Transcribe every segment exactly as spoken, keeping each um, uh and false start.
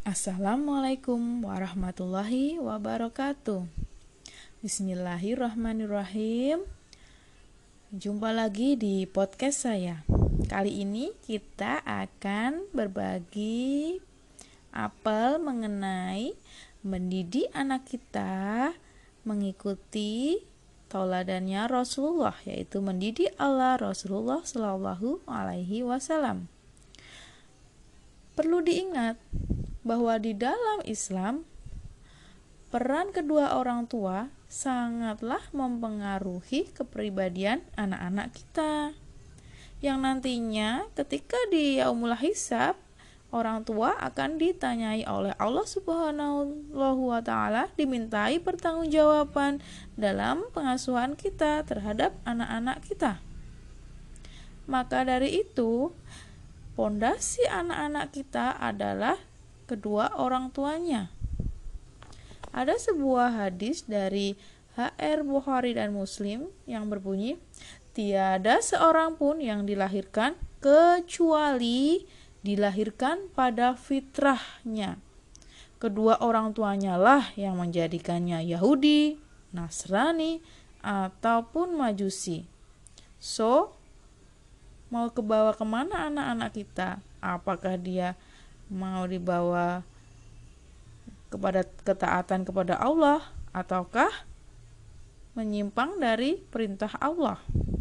Assalamualaikum warahmatullahi wabarakatuh. Bismillahirrahmanirrahim. Jumpa lagi di podcast saya. Kali ini kita akan berbagi apel mengenai mendidik anak kita mengikuti tauladannya Rasulullah, yaitu mendidik Allah Rasulullah Shallallahu Alaihi Wasallam. Perlu diingat bahwa di dalam Islam, peran kedua orang tua sangatlah mempengaruhi kepribadian anak-anak kita. Yang nantinya ketika di yaumul hisab, orang tua akan ditanyai oleh Allah Subhanahu wa taala, dimintai pertanggungjawaban dalam pengasuhan kita terhadap anak-anak kita. Maka dari itu, pondasi anak-anak kita adalah kedua orang tuanya. Ada sebuah hadis dari H R Bukhari dan Muslim yang berbunyi, tiada seorang pun yang dilahirkan kecuali dilahirkan pada fitrahnya. Kedua orang tuanya lah yang menjadikannya Yahudi, Nasrani, ataupun Majusi. So, mau kebawa kemana anak-anak kita? Apakah dia mau dibawa kepada ketaatan kepada Allah ataukah menyimpang dari perintah Allah?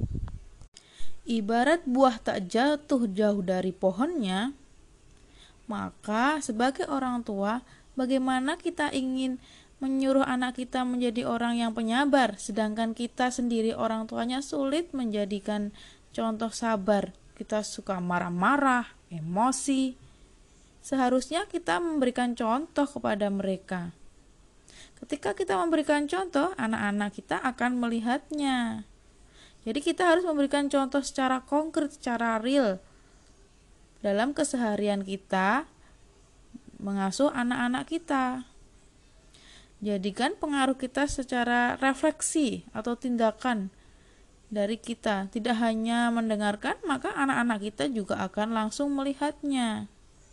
Ibarat buah tak jatuh jauh dari pohonnya, maka sebagai orang tua, bagaimana kita ingin menyuruh anak kita menjadi orang yang penyabar, sedangkan kita sendiri orang tuanya sulit menjadikan contoh sabar. Kita suka marah-marah, emosi. Seharusnya kita memberikan contoh kepada mereka. Ketika kita memberikan contoh, anak-anak kita akan melihatnya. Jadi kita harus memberikan contoh secara konkret, secara real dalam keseharian kita mengasuh anak-anak kita. Jadikan pengaruh kita secara refleksi atau tindakan dari kita. Tidak hanya mendengarkan, maka anak-anak kita juga akan langsung melihatnya.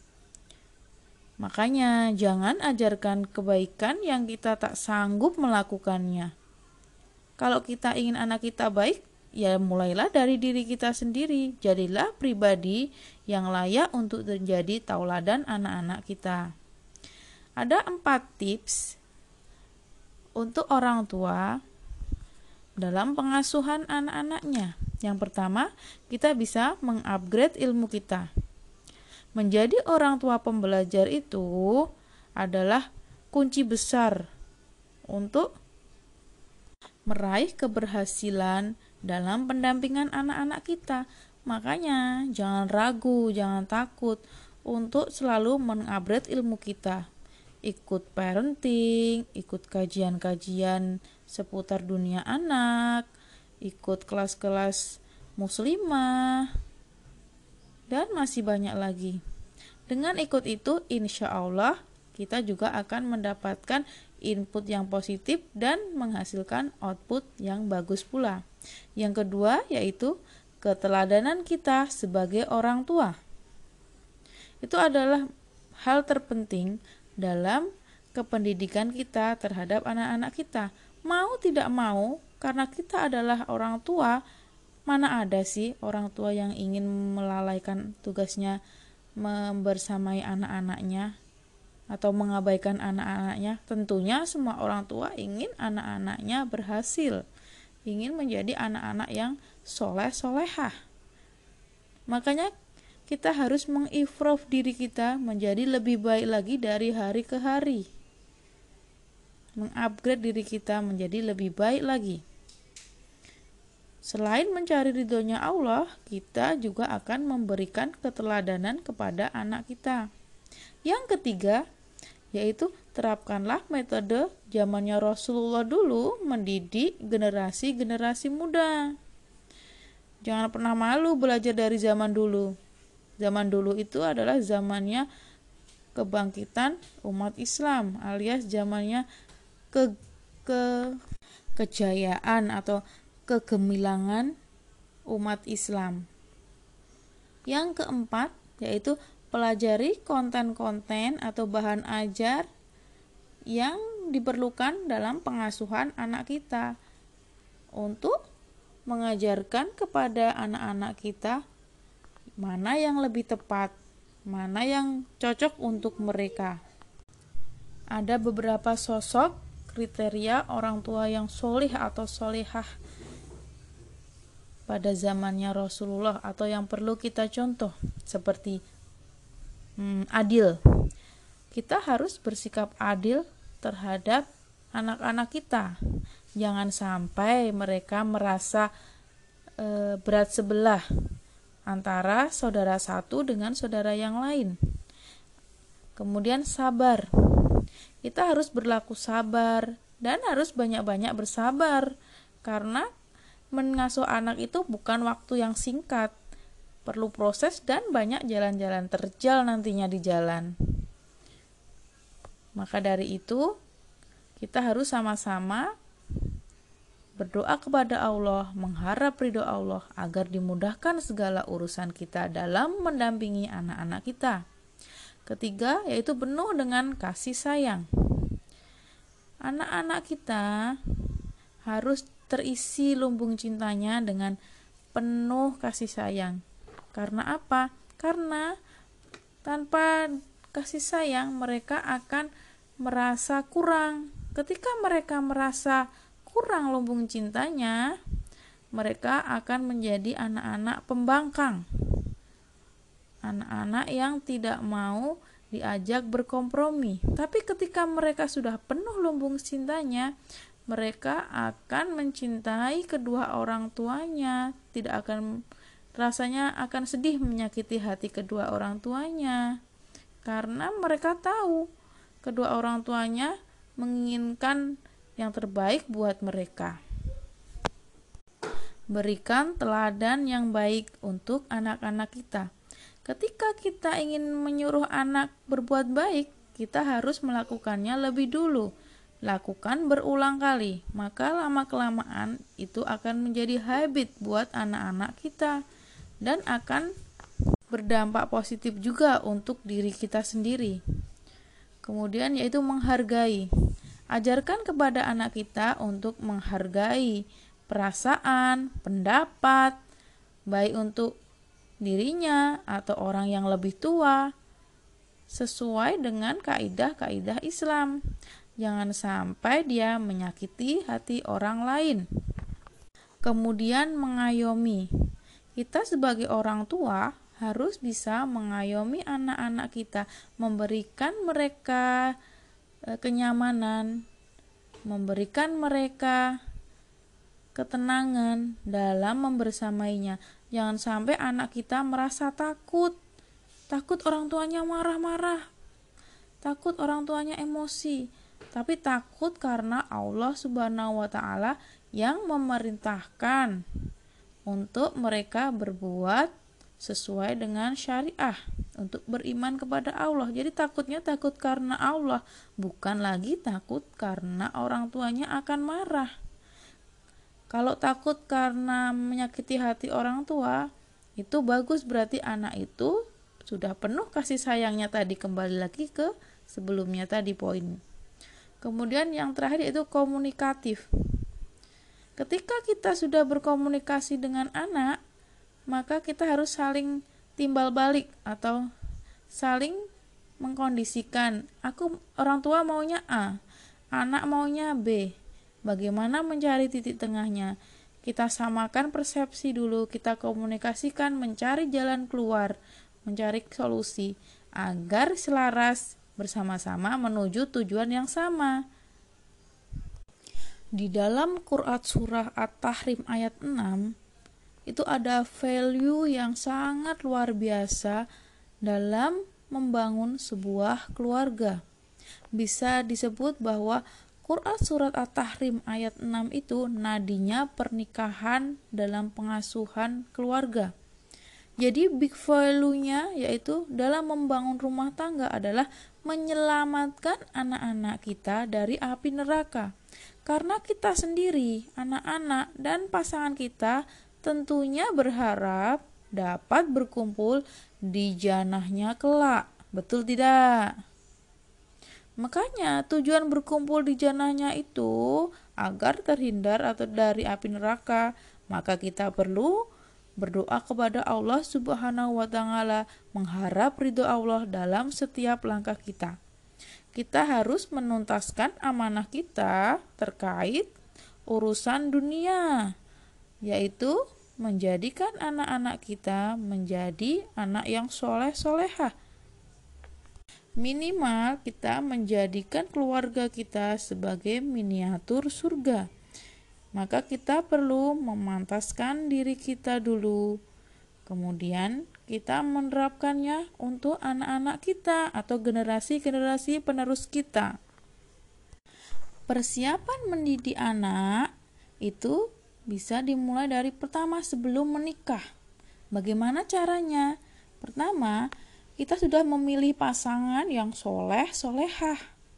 Makanya jangan ajarkan kebaikan yang kita tak sanggup melakukannya. Kalau kita ingin anak kita baik, ya mulailah dari diri kita sendiri. Jadilah pribadi yang layak untuk menjadi tauladan anak-anak kita. Ada empat tips untuk orang tua dalam pengasuhan anak-anaknya. Yang pertama, kita bisa mengupgrade ilmu kita. Menjadi orang tua pembelajar itu adalah kunci besar untuk meraih keberhasilan dalam pendampingan anak-anak kita. Makanya jangan ragu, jangan takut untuk selalu mengupgrade ilmu kita. Ikut parenting, ikut kajian-kajian seputar dunia anak, ikut kelas-kelas muslimah, dan masih banyak lagi. Dengan ikut itu, insya Allah kita juga akan mendapatkan input yang positif dan menghasilkan output yang bagus pula. Yang kedua yaitu keteladanan kita sebagai orang tua. Itu adalah hal terpenting dalam kependidikan kita terhadap anak-anak kita. Mau tidak mau, karena kita adalah orang tua, mana ada sih orang tua yang ingin melalaikan tugasnya membersamai anak-anaknya atau mengabaikan anak-anaknya? Tentunya semua orang tua ingin anak-anaknya berhasil, ingin menjadi anak-anak yang soleh-solehah. Makanya kita harus mengimprove diri kita menjadi lebih baik lagi dari hari ke hari, mengupgrade diri kita menjadi lebih baik lagi. Selain mencari ridhonya Allah, kita juga akan memberikan keteladanan kepada anak kita. Yang ketiga, yaitu terapkanlah metode zamannya Rasulullah dulu mendidik generasi-generasi muda. Jangan pernah malu belajar dari zaman dulu. Zaman dulu itu adalah zamannya kebangkitan umat Islam, alias zamannya ke, ke kejayaan atau kegemilangan umat Islam. Yang keempat yaitu pelajari konten-konten atau bahan ajar yang diperlukan dalam pengasuhan anak kita untuk mengajarkan kepada anak-anak kita mana yang lebih tepat, mana yang cocok untuk mereka. Ada beberapa sosok kriteria orang tua yang solih atau solihah pada zamannya Rasulullah atau yang perlu kita contoh, seperti hmm, adil. Kita harus bersikap adil terhadap anak-anak kita. Jangan sampai mereka merasa e, berat sebelah antara saudara satu dengan saudara yang lain. Kemudian sabar. Kita harus berlaku sabar dan harus banyak-banyak bersabar, karena mengasuh anak itu bukan waktu yang singkat. Perlu proses dan banyak jalan-jalan terjal nantinya di jalan. Maka dari itu, kita harus sama-sama berdoa kepada Allah, mengharap ridho Allah agar dimudahkan segala urusan kita dalam mendampingi anak-anak kita. Ketiga, yaitu penuh dengan kasih sayang. Anak-anak kita harus terisi lumbung cintanya dengan penuh kasih sayang. Karena apa? Karena tanpa kasih sayang mereka akan merasa kurang. Ketika mereka merasa kurang lumbung cintanya, mereka akan menjadi anak-anak pembangkang. Anak-anak yang tidak mau diajak berkompromi. Tapi ketika mereka sudah penuh lumbung cintanya, mereka akan mencintai kedua orang tuanya, tidak akan rasanya akan sedih menyakiti hati kedua orang tuanya, karena mereka tahu kedua orang tuanya menginginkan yang terbaik buat mereka. Berikan teladan yang baik untuk anak-anak kita. Ketika kita ingin menyuruh anak berbuat baik, kita harus melakukannya lebih dulu. Lakukan berulang kali, maka lama-kelamaan itu akan menjadi habit buat anak-anak kita dan akan berdampak positif juga untuk diri kita sendiri. Kemudian yaitu menghargai. Ajarkan kepada anak kita untuk menghargai perasaan, pendapat, baik untuk dirinya atau orang yang lebih tua, sesuai dengan kaidah-kaidah Islam. Jangan sampai dia menyakiti hati orang lain. Kemudian mengayomi. Kita sebagai orang tua harus bisa mengayomi anak-anak kita, memberikan mereka e, kenyamanan, memberikan mereka ketenangan dalam membersamainya. Jangan sampai anak kita merasa takut, takut orang tuanya marah-marah, takut orang tuanya emosi, tapi takut karena Allah Subhanahu wa Ta'ala yang memerintahkan untuk mereka berbuat sesuai dengan syariah, untuk beriman kepada Allah. Jadi takutnya takut karena Allah, bukan lagi takut karena orang tuanya akan marah. Kalau takut karena menyakiti hati orang tua, itu bagus, berarti anak itu sudah penuh kasih sayangnya tadi. Kembali lagi ke sebelumnya tadi poin. Kemudian yang terakhir yaitu komunikatif. Ketika kita sudah berkomunikasi dengan anak, maka kita harus saling timbal balik atau saling mengkondisikan. Aku orang tua maunya A, anak maunya B. Bagaimana mencari titik tengahnya? Kita samakan persepsi dulu, kita komunikasikan, mencari jalan keluar, mencari solusi agar selaras bersama-sama menuju tujuan yang sama. Di dalam Quran surah At-Tahrim ayat enam itu ada value yang sangat luar biasa dalam membangun sebuah keluarga. Bisa disebut bahwa Quran surat At-Tahrim ayat enam itu nadinya pernikahan dalam pengasuhan keluarga. Jadi big value-nya yaitu dalam membangun rumah tangga adalah menyelamatkan anak-anak kita dari api neraka. Karena kita sendiri, anak-anak dan pasangan kita tentunya berharap dapat berkumpul di janahnya kelak. Betul tidak? Makanya tujuan berkumpul di janahnya itu agar terhindar atau dari api neraka. Maka kita perlu berdoa kepada Allah Subhanahu wa taala, mengharap ridho Allah dalam setiap langkah kita. Kita harus menuntaskan amanah kita terkait urusan dunia, yaitu menjadikan anak-anak kita menjadi anak yang soleh-solehah. Minimal kita menjadikan keluarga kita sebagai miniatur surga. Maka kita perlu memantaskan diri kita dulu. Kemudian kita menerapkannya untuk anak-anak kita atau generasi-generasi penerus kita. Persiapan mendidik anak itu bisa dimulai dari pertama sebelum menikah. Bagaimana caranya? Pertama, kita sudah memilih pasangan yang soleh, solehah.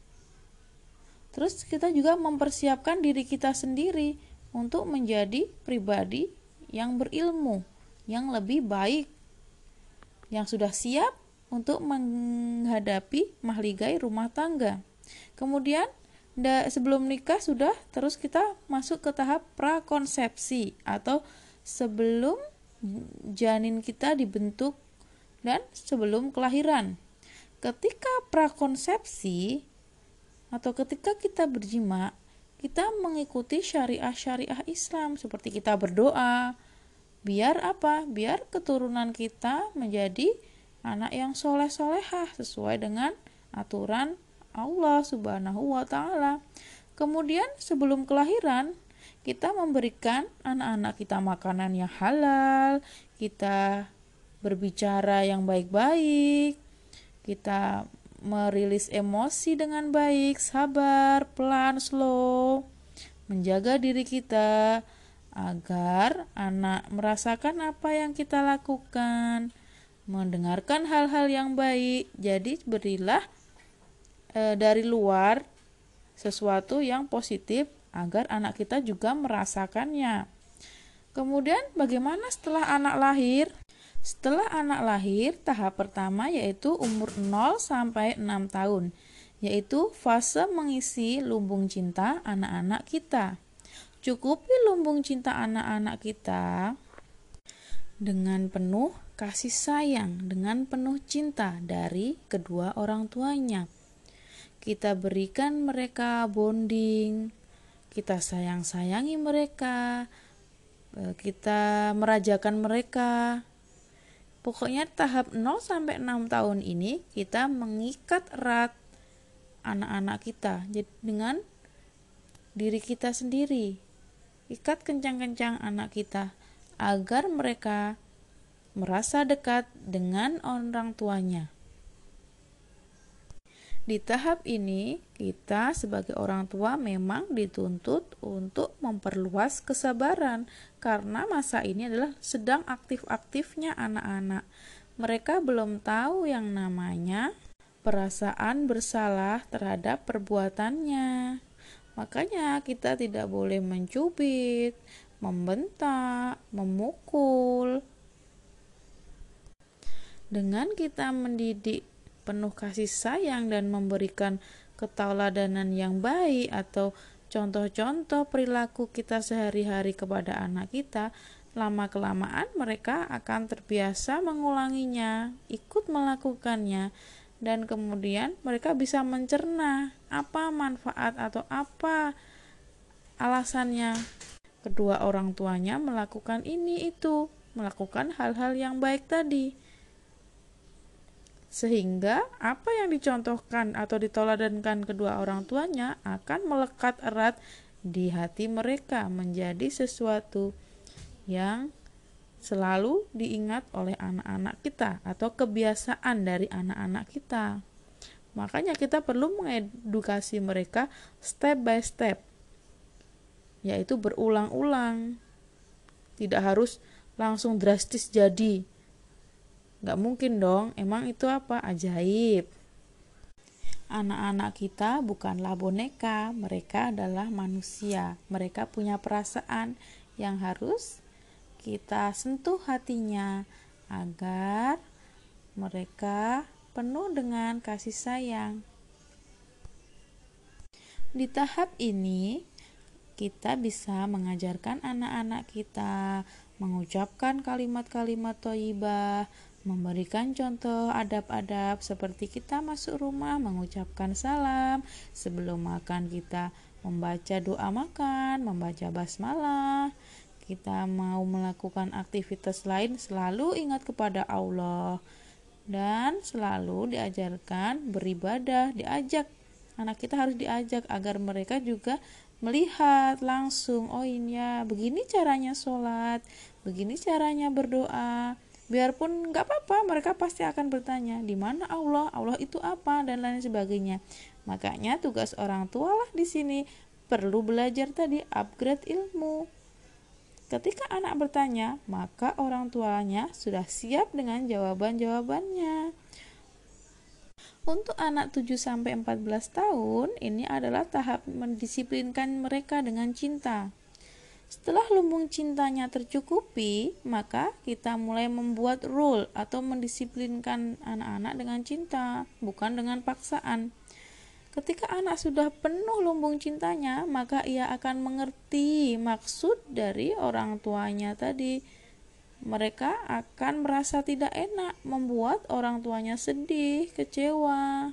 Terus kita juga mempersiapkan diri kita sendiri untuk menjadi pribadi yang berilmu, yang lebih baik, yang sudah siap untuk menghadapi mahligai rumah tangga. Kemudian sebelum nikah sudah terus kita masuk ke tahap prakonsepsi atau sebelum janin kita dibentuk dan sebelum kelahiran. Ketika prakonsepsi atau ketika kita berjima, kita mengikuti syariah-syariah Islam seperti kita berdoa. Biar apa? Biar keturunan kita menjadi anak yang soleh-solehah sesuai dengan aturan Allah Subhanahu wa taala. Kemudian sebelum kelahiran, kita memberikan anak-anak kita makanan yang halal, kita berbicara yang baik-baik, kita merilis emosi dengan baik, sabar, pelan, slow, menjaga diri kita agar anak merasakan apa yang kita lakukan, mendengarkan hal-hal yang baik. Jadi berilah e, dari luar sesuatu yang positif agar anak kita juga merasakannya. Kemudian bagaimana setelah anak lahir? Setelah anak lahir, tahap pertama yaitu umur nol sampai enam tahun, yaitu fase mengisi lumbung cinta anak-anak kita. Cukupi lumbung cinta anak-anak kita dengan penuh kasih sayang, dengan penuh cinta dari kedua orang tuanya. Kita berikan mereka bonding, kita sayang-sayangi mereka, kita merajakan mereka. Pokoknya tahap nol sampai enam tahun ini kita mengikat erat anak-anak kita dengan diri kita sendiri. Ikat kencang-kencang anak kita agar mereka merasa dekat dengan orang tuanya. Di tahap ini, kita sebagai orang tua memang dituntut untuk memperluas kesabaran karena masa ini adalah sedang aktif-aktifnya anak-anak. Mereka belum tahu yang namanya perasaan bersalah terhadap perbuatannya. Makanya kita tidak boleh mencubit, membentak, memukul. Dengan kita mendidik penuh kasih sayang dan memberikan ketauladanan yang baik atau contoh-contoh perilaku kita sehari-hari kepada anak kita, lama-kelamaan mereka akan terbiasa mengulanginya, ikut melakukannya, dan kemudian mereka bisa mencerna apa manfaat atau apa alasannya kedua orang tuanya melakukan ini itu, melakukan hal-hal yang baik tadi. Sehingga apa yang dicontohkan atau ditoladankan kedua orang tuanya akan melekat erat di hati mereka menjadi sesuatu yang selalu diingat oleh anak-anak kita atau kebiasaan dari anak-anak kita. Makanya kita perlu mengedukasi mereka step by step, yaitu berulang-ulang. Tidak harus langsung drastis jadi. Gak mungkin dong, emang itu apa? Ajaib. Anak-anak kita bukanlah boneka, mereka adalah manusia. Mereka punya perasaan yang harus kita sentuh hatinya agar mereka penuh dengan kasih sayang. Di tahap ini, kita bisa mengajarkan anak-anak kita mengucapkan kalimat-kalimat thayyibah, memberikan contoh adab-adab seperti kita masuk rumah mengucapkan salam, sebelum makan kita membaca doa makan, membaca basmalah. Kita mau melakukan aktivitas lain selalu ingat kepada Allah, dan selalu diajarkan beribadah, diajak. Anak kita harus diajak agar mereka juga melihat langsung, oh ini ya, begini caranya sholat, begini caranya berdoa. Biarpun nggak apa-apa, mereka pasti akan bertanya, di mana Allah, Allah itu apa, dan lain sebagainya. Makanya tugas orang tua lah di sini, perlu belajar tadi, upgrade ilmu. Ketika anak bertanya, maka orang tuanya sudah siap dengan jawaban-jawabannya. Untuk anak tujuh sampai empat belas tahun, ini adalah tahap mendisiplinkan mereka dengan cinta. Setelah lumbung cintanya tercukupi, maka kita mulai membuat rule atau mendisiplinkan anak-anak dengan cinta, bukan dengan paksaan. Ketika anak sudah penuh lumbung cintanya, maka ia akan mengerti maksud dari orang tuanya tadi. Mereka akan merasa tidak enak, membuat orang tuanya sedih, kecewa.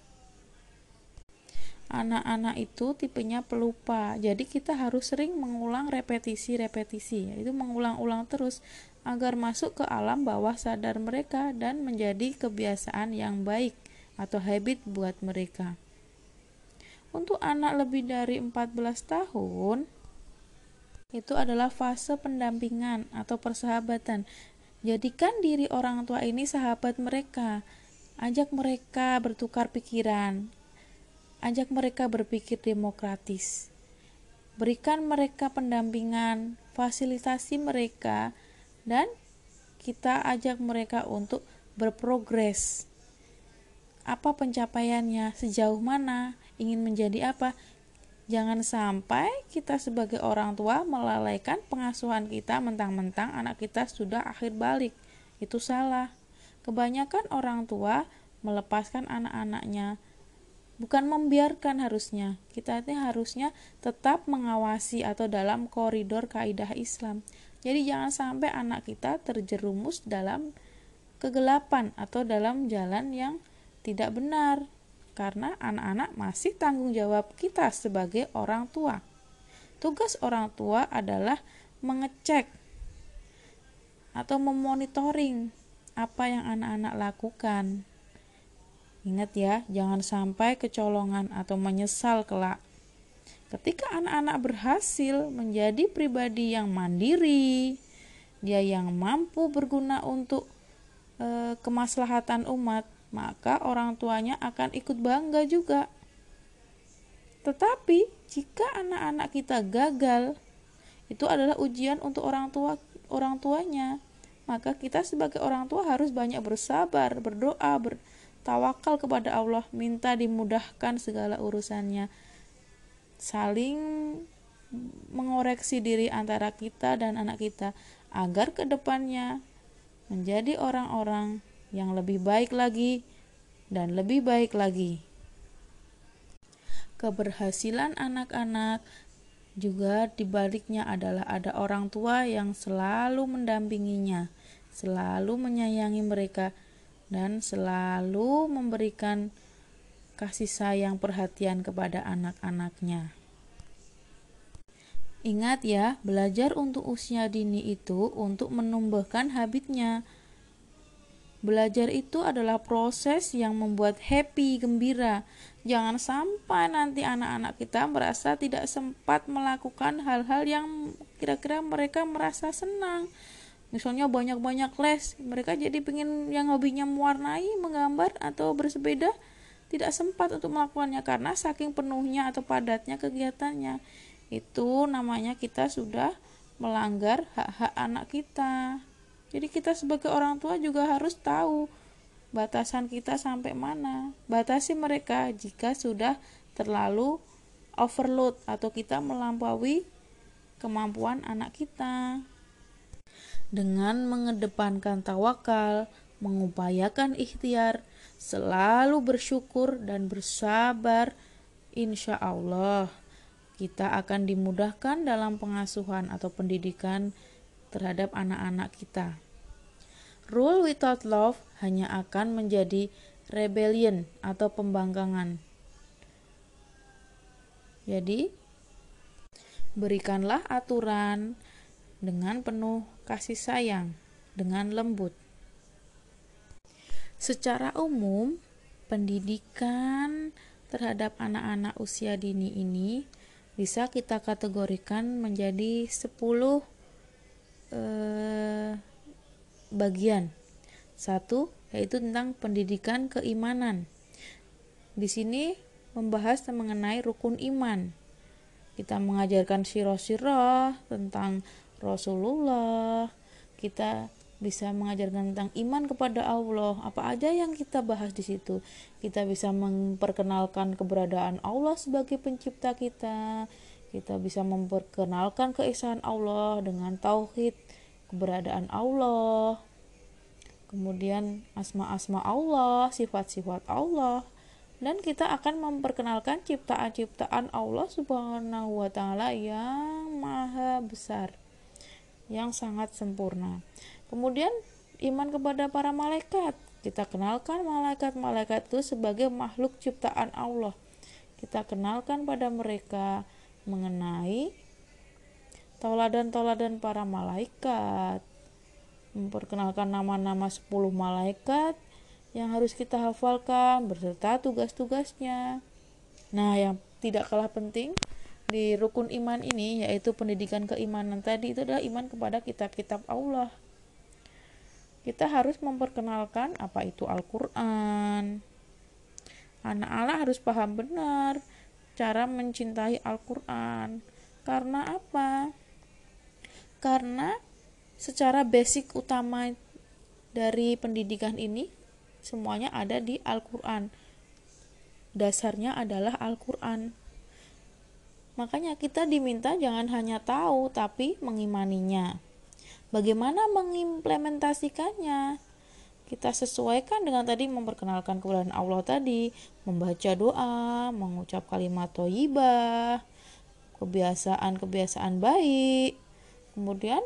Anak-anak itu tipenya pelupa, jadi kita harus sering mengulang repetisi-repetisi, yaitu mengulang-ulang terus agar masuk ke alam bawah sadar mereka dan menjadi kebiasaan yang baik atau habit buat mereka. Untuk anak lebih dari empat belas tahun, itu adalah fase pendampingan atau persahabatan. Jadikan diri orang tua ini sahabat mereka. Ajak mereka bertukar pikiran. Ajak mereka berpikir demokratis. Berikan mereka pendampingan, fasilitasi mereka, dan kita ajak mereka untuk berprogres. Apa pencapaiannya, sejauh mana, ingin menjadi apa. Jangan sampai kita sebagai orang tua melalaikan pengasuhan kita mentang-mentang anak kita sudah akhir balik. Itu salah. Kebanyakan orang tua melepaskan anak-anaknya, bukan membiarkan harusnya. Kita ini harusnya tetap mengawasi atau dalam koridor kaidah Islam. Jadi jangan sampai anak kita terjerumus dalam kegelapan atau dalam jalan yang tidak benar. Karena anak-anak masih tanggung jawab kita sebagai orang tua. Tugas orang tua adalah mengecek atau memonitoring apa yang anak-anak lakukan. Ingat ya, jangan sampai kecolongan atau menyesal kelak. Ketika anak-anak berhasil menjadi pribadi yang mandiri, dia yang mampu berguna untuk e, kemaslahatan umat, maka orang tuanya akan ikut bangga juga. Tetapi jika anak-anak kita gagal, itu adalah ujian untuk orang tua orang tuanya. Maka kita sebagai orang tua harus banyak bersabar, berdoa, bertawakal kepada Allah, minta dimudahkan segala urusannya. Saling mengoreksi diri antara kita dan anak kita agar kedepannya menjadi orang-orang yang lebih baik lagi dan lebih baik lagi. Keberhasilan anak-anak juga dibaliknya adalah ada orang tua yang selalu mendampinginya, selalu menyayangi mereka, dan selalu memberikan kasih sayang perhatian kepada anak-anaknya. Ingat ya, belajar untuk usia dini itu untuk menumbuhkan habitnya. Belajar itu adalah proses yang membuat happy, gembira. Jangan sampai nanti anak-anak kita merasa tidak sempat melakukan hal-hal yang kira-kira mereka merasa senang. Misalnya banyak-banyak les, mereka jadi pengen yang hobinya mewarnai, menggambar, atau bersepeda, tidak sempat untuk melakukannya karena saking penuhnya atau padatnya kegiatannya. Itu namanya kita sudah melanggar hak-hak anak kita. Jadi kita sebagai orang tua juga harus tahu batasan kita sampai mana. Batasi mereka jika sudah terlalu overload atau kita melampaui kemampuan anak kita. dengan mengedepankan tawakal, mengupayakan ikhtiar, selalu bersyukur dan bersabar, insya Allah kita akan dimudahkan dalam pengasuhan atau pendidikan terhadap anak-anak kita. Rule without love hanya akan menjadi rebellion atau pembangkangan. Jadi, berikanlah aturan dengan penuh kasih sayang, dengan lembut. Secara umum, pendidikan terhadap anak-anak usia dini ini bisa kita kategorikan menjadi sepuluh eh, bagian. Satu, yaitu tentang pendidikan keimanan. Di sini membahas mengenai rukun iman. Kita mengajarkan sirah-sirah tentang Rasulullah. Kita bisa mengajarkan tentang iman kepada Allah. Apa aja yang kita bahas di situ. Kita bisa memperkenalkan keberadaan Allah sebagai pencipta kita. Kita bisa memperkenalkan keesaan Allah dengan tauhid keberadaan Allah. Kemudian asma-asma Allah, sifat-sifat Allah. Dan kita akan memperkenalkan ciptaan-ciptaan Allah Subhanahu wa Ta'ala yang maha besar, yang sangat sempurna. Kemudian iman kepada para malaikat. Kita kenalkan malaikat-malaikat itu sebagai makhluk ciptaan Allah. Kita kenalkan pada mereka mengenai tauladan-tauladan para malaikat. Memperkenalkan nama-nama sepuluh malaikat yang harus kita hafalkan beserta tugas-tugasnya. Nah, yang tidak kalah penting di rukun iman ini, yaitu pendidikan keimanan tadi, itu adalah iman kepada kitab-kitab Allah. Kita harus memperkenalkan apa itu Al-Quran. Anak-anak harus paham benar cara mencintai Al-Quran. Karena apa? Karena secara basic utama dari pendidikan ini semuanya ada di Al-Quran. Dasarnya adalah Al-Quran. Makanya kita diminta jangan hanya tahu, tapi mengimaninya. Bagaimana mengimplementasikannya? Kita sesuaikan dengan tadi memperkenalkan keberadaan Allah tadi, membaca doa, mengucap kalimat thayyibah, kebiasaan-kebiasaan baik. Kemudian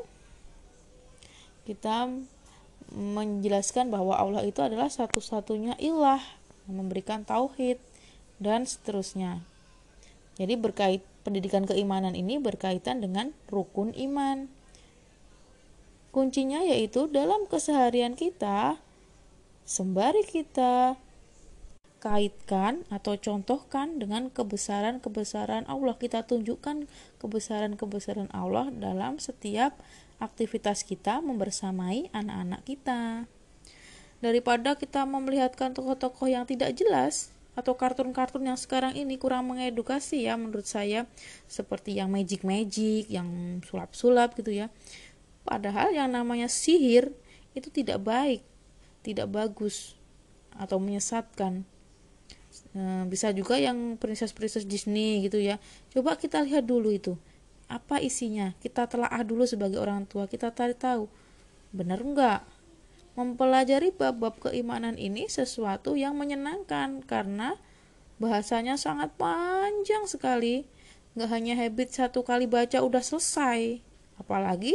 kita menjelaskan bahwa Allah itu adalah satu-satunya ilah, memberikan tauhid dan seterusnya. Jadi berkait pendidikan keimanan ini berkaitan dengan rukun iman. Kuncinya yaitu dalam keseharian kita, sembari kita kaitkan atau contohkan dengan kebesaran-kebesaran Allah. Kita tunjukkan kebesaran-kebesaran Allah dalam setiap aktivitas kita membersamai anak-anak kita. Daripada kita memelihatkan tokoh-tokoh yang tidak jelas atau kartun-kartun yang sekarang ini kurang mengedukasi ya menurut saya, seperti yang magic-magic, yang sulap-sulap gitu ya. Padahal yang namanya sihir itu tidak baik, tidak bagus atau menyesatkan. Bisa juga yang princess-princess Disney gitu ya. Coba kita lihat dulu itu. Apa isinya? Kita telaah dulu sebagai orang tua, kita cari tahu. Benar enggak? Mempelajari bab-bab keimanan ini sesuatu yang menyenangkan karena bahasanya sangat panjang sekali. Enggak hanya habit satu kali baca udah selesai. Apalagi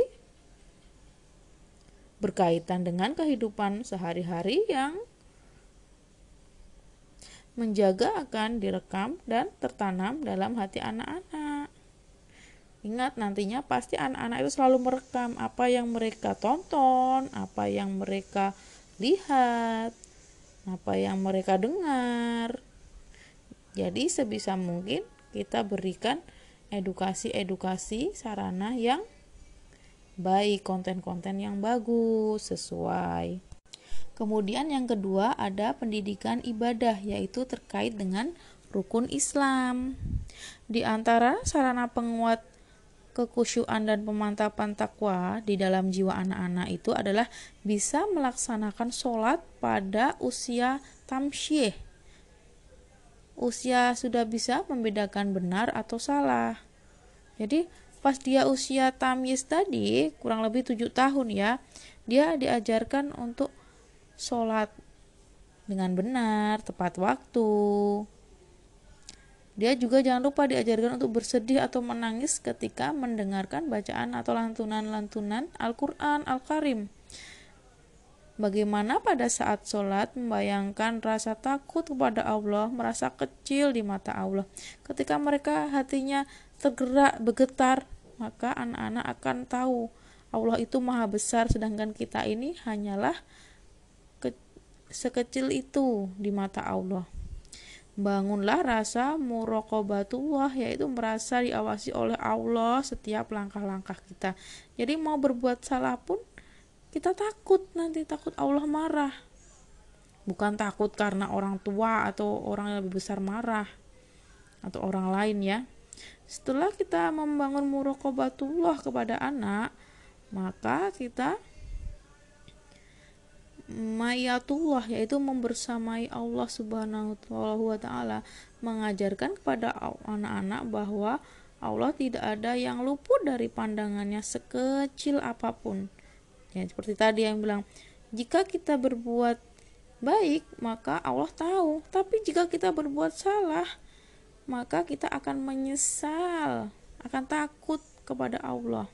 berkaitan dengan kehidupan sehari-hari yang menjaga akan direkam dan tertanam dalam hati anak-anak. Ingat, nantinya pasti anak-anak itu selalu merekam apa yang mereka tonton, apa yang mereka lihat, apa yang mereka dengar. Jadi sebisa mungkin kita berikan edukasi-edukasi sarana yang baik, konten-konten yang bagus, sesuai. Kemudian yang kedua ada pendidikan ibadah, yaitu terkait dengan rukun Islam. Di antara sarana penguat kekhusyuan dan pemantapan takwa di dalam jiwa anak-anak itu adalah bisa melaksanakan sholat pada usia tamsyih. Usia sudah bisa membedakan benar atau salah. Jadi pas dia usia tamyiz tadi, kurang lebih tujuh tahun ya, dia diajarkan untuk sholat dengan benar, tepat waktu. Dia juga jangan lupa diajarkan untuk bersedih atau menangis ketika mendengarkan bacaan atau lantunan-lantunan Al-Quran Al-Karim. Bagaimana pada saat sholat membayangkan rasa takut kepada Allah, merasa kecil di mata Allah. Ketika mereka hatinya tergerak, bergetar, maka anak-anak akan tahu Allah itu maha besar, sedangkan kita ini hanyalah ke- sekecil itu di mata Allah. Bangunlah rasa muraqabatullah, yaitu merasa diawasi oleh Allah setiap langkah-langkah kita. Jadi mau berbuat salah pun kita takut, nanti takut Allah marah. Bukan takut karena orang tua atau orang yang lebih besar marah atau orang lain ya. Setelah kita membangun muraqabatullah kepada anak, maka kita mayatullah, yaitu membersamai Allah Subhanahu wa taala, mengajarkan kepada anak-anak bahwa Allah tidak ada yang luput dari pandangannya sekecil apapun. Ya, seperti tadi yang bilang, jika kita berbuat baik, maka Allah tahu. Tapi jika kita berbuat salah, maka kita akan menyesal, akan takut kepada Allah.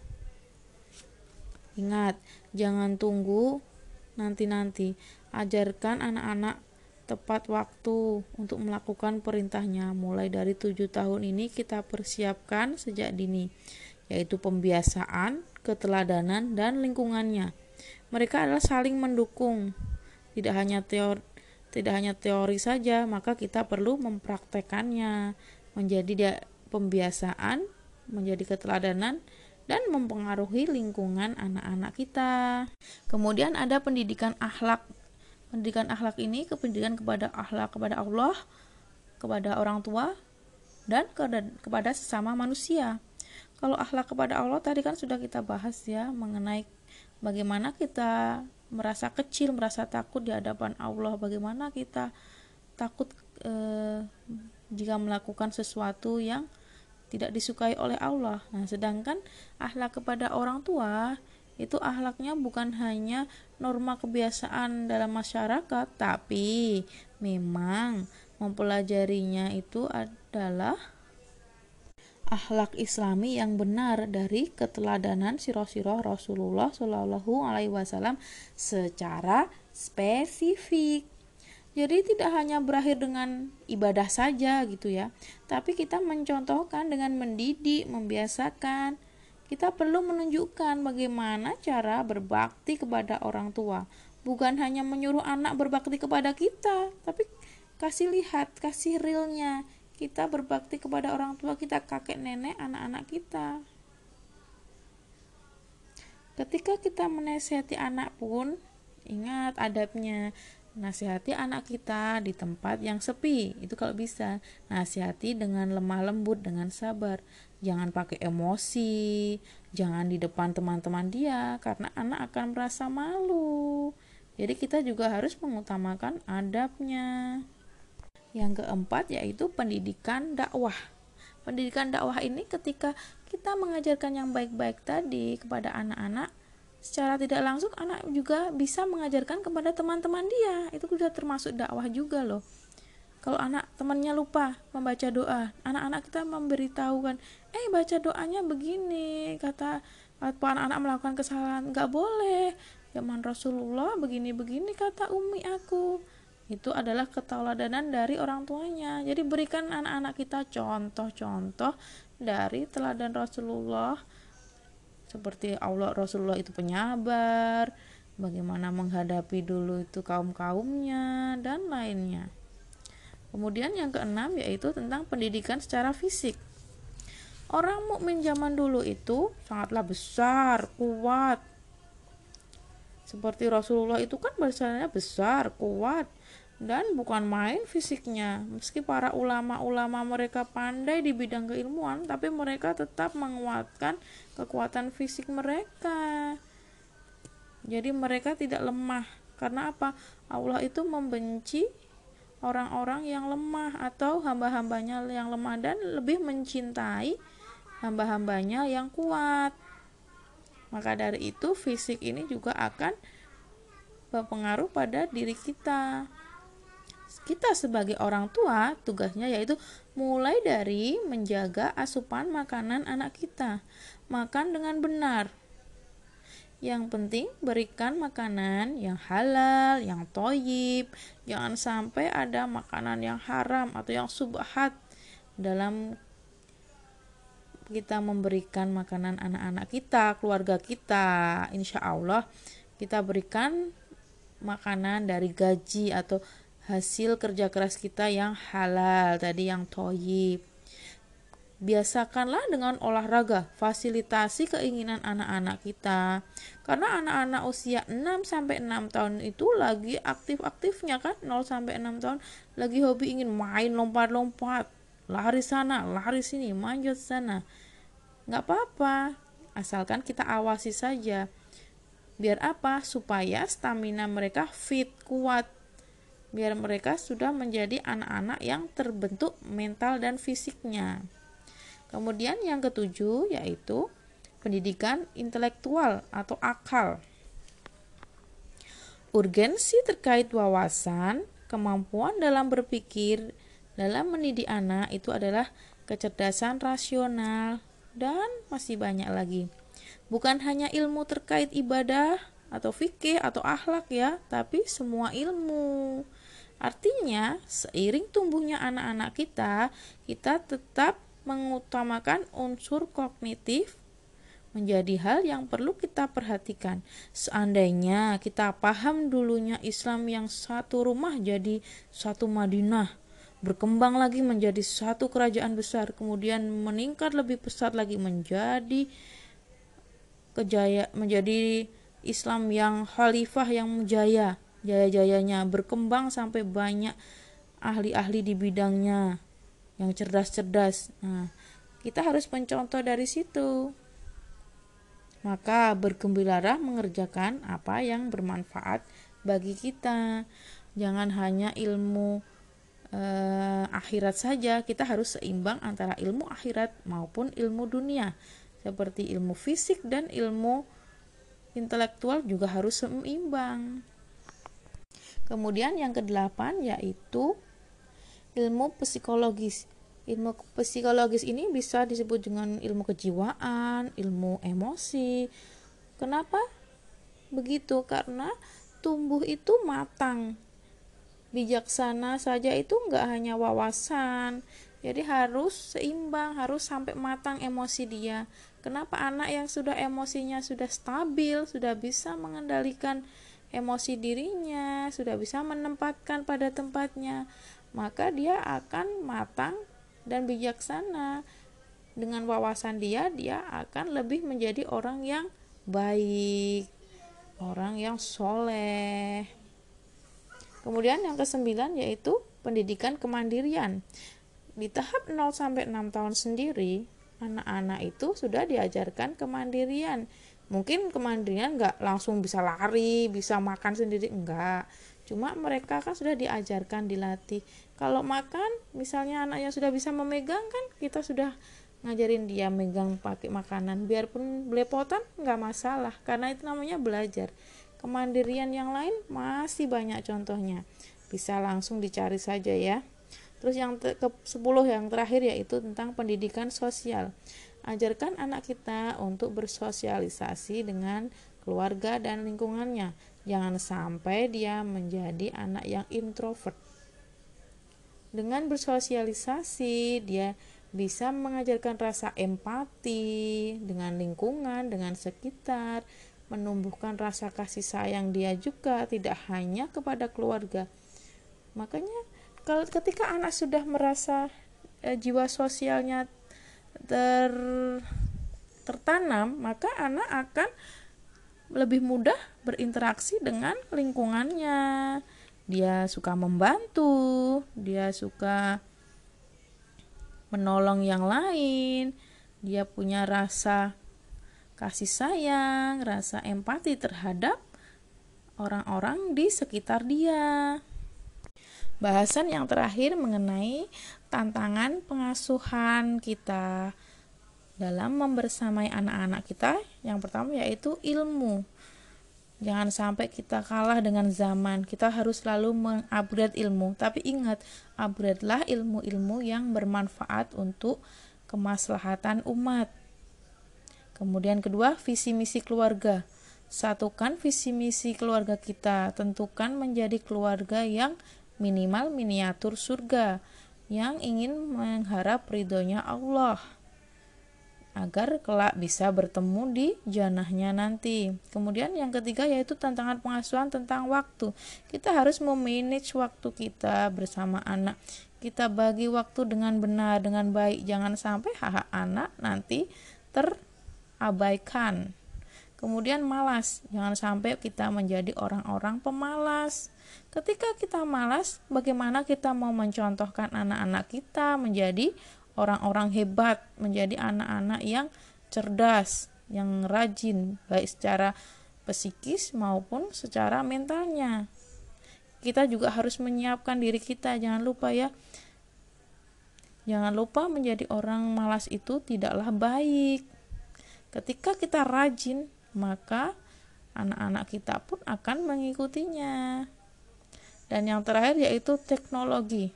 Ingat, jangan tunggu nanti-nanti. Ajarkan anak-anak tepat waktu untuk melakukan perintahnya. Mulai dari tujuh tahun ini kita persiapkan sejak dini, yaitu pembiasaan, keteladanan, dan lingkungannya. Mereka adalah saling mendukung, tidak hanya teori, tidak hanya teori saja, maka kita perlu mempraktekannya menjadi dia pembiasaan, menjadi keteladanan, dan mempengaruhi lingkungan anak-anak kita. Kemudian ada pendidikan akhlak. Pendidikan akhlak ini kependidikan kepada akhlak kepada Allah, kepada orang tua, dan kepada sesama manusia. Kalau akhlak kepada Allah tadi kan sudah kita bahas ya, mengenai bagaimana kita merasa kecil, merasa takut di hadapan Allah, bagaimana kita takut eh, jika melakukan sesuatu yang tidak disukai oleh Allah. Nah, sedangkan akhlak kepada orang tua itu akhlaknya bukan hanya norma kebiasaan dalam masyarakat, tapi memang mempelajarinya itu adalah akhlak Islami yang benar dari keteladanan sirah-sirah Rasulullah Shallallahu Alaihi Wasallam secara spesifik. Jadi tidak hanya berakhir dengan ibadah saja gitu ya, tapi kita mencontohkan dengan mendidik, membiasakan. Kita perlu menunjukkan bagaimana cara berbakti kepada orang tua. Bukan hanya menyuruh anak berbakti kepada kita, tapi kasih lihat, kasih realnya. Kita berbakti kepada orang tua kita, kakek nenek, anak-anak kita. Ketika kita menasihati anak pun, ingat adabnya. Nasihati anak kita di tempat yang sepi, itu kalau bisa. Nasihati dengan lemah lembut, dengan sabar. Jangan pakai emosi, jangan di depan teman-teman dia, karena anak akan merasa malu. Jadi kita juga harus mengutamakan adabnya. Yang keempat yaitu pendidikan dakwah. Pendidikan dakwah ini ketika kita mengajarkan yang baik-baik tadi kepada anak-anak, secara tidak langsung anak juga bisa mengajarkan kepada teman-teman dia. Itu sudah termasuk dakwah juga loh. Kalau anak temannya lupa membaca doa, anak-anak kita memberitahukan, eh baca doanya begini, kata apa anak-anak melakukan kesalahan, nggak boleh. Zaman Rasulullah begini-begini kata umi aku. Itu adalah keteladanan dari orang tuanya. Jadi berikan anak-anak kita contoh-contoh dari teladan Rasulullah, seperti Allah Rasulullah itu penyabar, bagaimana menghadapi dulu itu kaum-kaumnya, dan lainnya. Kemudian yang keenam yaitu tentang pendidikan secara fisik. Orang mukmin zaman dulu itu sangatlah besar, kuat. Seperti Rasulullah itu kan badannya besar, kuat, dan bukan main fisiknya. Meski para ulama-ulama mereka pandai di bidang keilmuan, tapi mereka tetap menguatkan kekuatan fisik mereka. Jadi mereka tidak lemah. Karena apa? Allah itu membenci orang-orang yang lemah atau hamba-hambanya yang lemah, dan lebih mencintai hamba-hambanya yang kuat. Maka dari itu fisik ini juga akan berpengaruh pada diri kita. Kita sebagai orang tua, tugasnya yaitu mulai dari menjaga asupan makanan anak kita. Makan dengan benar. Yang penting berikan makanan yang halal, yang thoyyib. Jangan sampai ada makanan yang haram atau yang subhat dalam kita memberikan makanan anak-anak kita, keluarga kita. Insya Allah kita berikan makanan dari gaji atau hasil kerja keras kita yang halal, tadi yang thoyyib. Biasakanlah dengan olahraga, fasilitasi keinginan anak-anak kita. Karena anak-anak usia enam sampai enam tahun itu lagi aktif-aktifnya kan, nol sampai enam tahun lagi hobi ingin main lompat-lompat, lari sana, lari sini, manjat sana. Nggak apa-apa, asalkan kita awasi saja. Biar apa? Supaya stamina mereka fit, kuat. Biar mereka sudah menjadi anak-anak yang terbentuk mental dan fisiknya. Kemudian yang ketujuh yaitu pendidikan intelektual atau akal. Urgensi terkait wawasan, kemampuan dalam berpikir dalam mendidik anak itu adalah kecerdasan rasional dan masih banyak lagi. Bukan hanya ilmu terkait ibadah atau fikih atau akhlak ya, tapi semua ilmu. Artinya, seiring tumbuhnya anak-anak kita, kita tetap mengutamakan unsur kognitif menjadi hal yang perlu kita perhatikan. Seandainya kita paham dulunya Islam yang satu rumah jadi satu Madinah, berkembang lagi menjadi satu kerajaan besar, kemudian meningkat lebih pesat lagi menjadi kejaya menjadi Islam yang khalifah yang jaya. Jaya-jayanya berkembang sampai banyak ahli-ahli di bidangnya yang cerdas-cerdas. Nah, kita harus mencontoh dari situ. Maka bergembiralah mengerjakan apa yang bermanfaat bagi kita. Jangan hanya ilmu eh, akhirat saja, kita harus seimbang antara ilmu akhirat maupun ilmu dunia. Seperti ilmu fisik dan ilmu intelektual juga harus seimbang. Kemudian yang kedelapan yaitu ilmu psikologis. Ilmu psikologis ini bisa disebut dengan ilmu kejiwaan, ilmu emosi. Kenapa begitu? Karena tumbuh itu matang. Bijaksana saja itu enggak hanya wawasan. Jadi harus seimbang, harus sampai matang emosi dia. Kenapa anak yang sudah emosinya sudah stabil, sudah bisa mengendalikan emosi dirinya, sudah bisa menempatkan pada tempatnya, maka dia akan matang dan bijaksana. Dengan wawasan dia, dia akan lebih menjadi orang yang baik, orang yang soleh. Kemudian yang kesembilan yaitu pendidikan kemandirian. Di tahap nol sampai enam tahun sendiri, anak-anak itu sudah diajarkan kemandirian. Mungkin kemandirian nggak langsung bisa lari, bisa makan sendiri, enggak. Cuma mereka kan sudah diajarkan, dilatih. Kalau makan, misalnya anaknya sudah bisa memegang kan, kita sudah ngajarin dia megang pakai makanan. Biarpun belepotan, nggak masalah, karena itu namanya belajar. Kemandirian yang lain masih banyak contohnya. Bisa langsung dicari saja ya. Terus yang ke sepuluh yang terakhir yaitu tentang pendidikan sosial. Ajarkan anak kita untuk bersosialisasi dengan keluarga dan lingkungannya. Jangan sampai dia menjadi anak yang introvert. Dengan bersosialisasi, dia bisa mengajarkan rasa empati dengan lingkungan, dengan sekitar, menumbuhkan rasa kasih sayang dia juga, tidak hanya kepada keluarga. Makanya kalau ketika anak sudah merasa eh, jiwa sosialnya ter tertanam, maka anak akan lebih mudah berinteraksi dengan lingkungannya. Dia suka membantu, dia suka menolong yang lain, dia punya rasa kasih sayang, rasa empati terhadap orang-orang di sekitar dia. Bahasan yang terakhir mengenai tantangan pengasuhan kita dalam membersamai anak-anak kita. Yang pertama yaitu ilmu. Jangan sampai kita kalah dengan zaman. Kita harus selalu mengupgrade ilmu. Tapi ingat, upgrade-lah ilmu-ilmu yang bermanfaat untuk kemaslahatan umat. Kemudian kedua, visi misi keluarga. Satukan visi misi keluarga kita. Tentukan menjadi keluarga yang minimal miniatur surga, yang ingin mengharap ridhonya Allah, agar kelak bisa bertemu di jannahnya nanti. Kemudian yang ketiga yaitu tantangan pengasuhan tentang waktu. Kita harus memanage waktu kita bersama anak. Kita bagi waktu dengan benar, dengan baik. Jangan sampai hak anak nanti terabaikan. Kemudian malas. Jangan sampai kita menjadi orang-orang pemalas. Ketika kita malas, bagaimana kita mau mencontohkan anak-anak kita menjadi orang-orang hebat, menjadi anak-anak yang cerdas, yang rajin, baik secara psikis maupun secara mentalnya. Kita juga harus menyiapkan diri kita, jangan lupa ya. Jangan lupa menjadi orang malas itu tidaklah baik. Ketika kita rajin, maka anak-anak kita pun akan mengikutinya. Dan yang terakhir yaitu teknologi.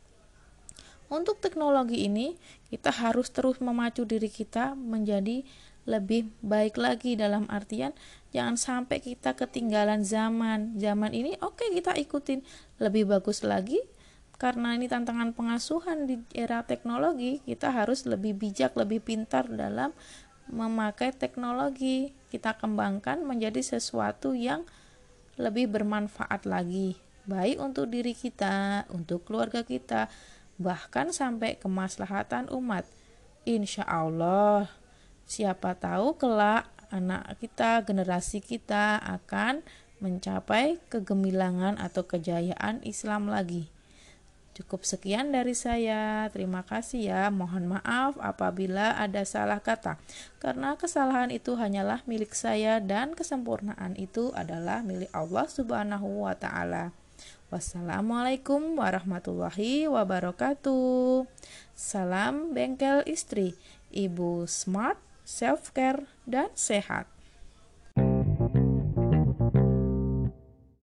Untuk teknologi ini, kita harus terus memacu diri kita menjadi lebih baik lagi, dalam artian jangan sampai kita ketinggalan zaman. Zaman ini oke okay, kita ikutin, lebih bagus lagi karena ini tantangan pengasuhan di era teknologi. Kita harus lebih bijak, lebih pintar dalam memakai teknologi. Kita kembangkan menjadi sesuatu yang lebih bermanfaat lagi, baik untuk diri kita, untuk keluarga kita, bahkan sampai kemaslahatan umat. Insya Allah, siapa tahu kelak anak kita, generasi kita akan mencapai kegemilangan atau kejayaan Islam lagi. Cukup sekian dari saya. Terima kasih ya. Mohon maaf apabila ada salah kata, karena kesalahan itu hanyalah milik saya dan kesempurnaan itu adalah milik Allah Subhanahu wa Ta'ala. Wassalamualaikum warahmatullahi wabarakatuh. Salam bengkel istri, ibu smart, self care, dan sehat.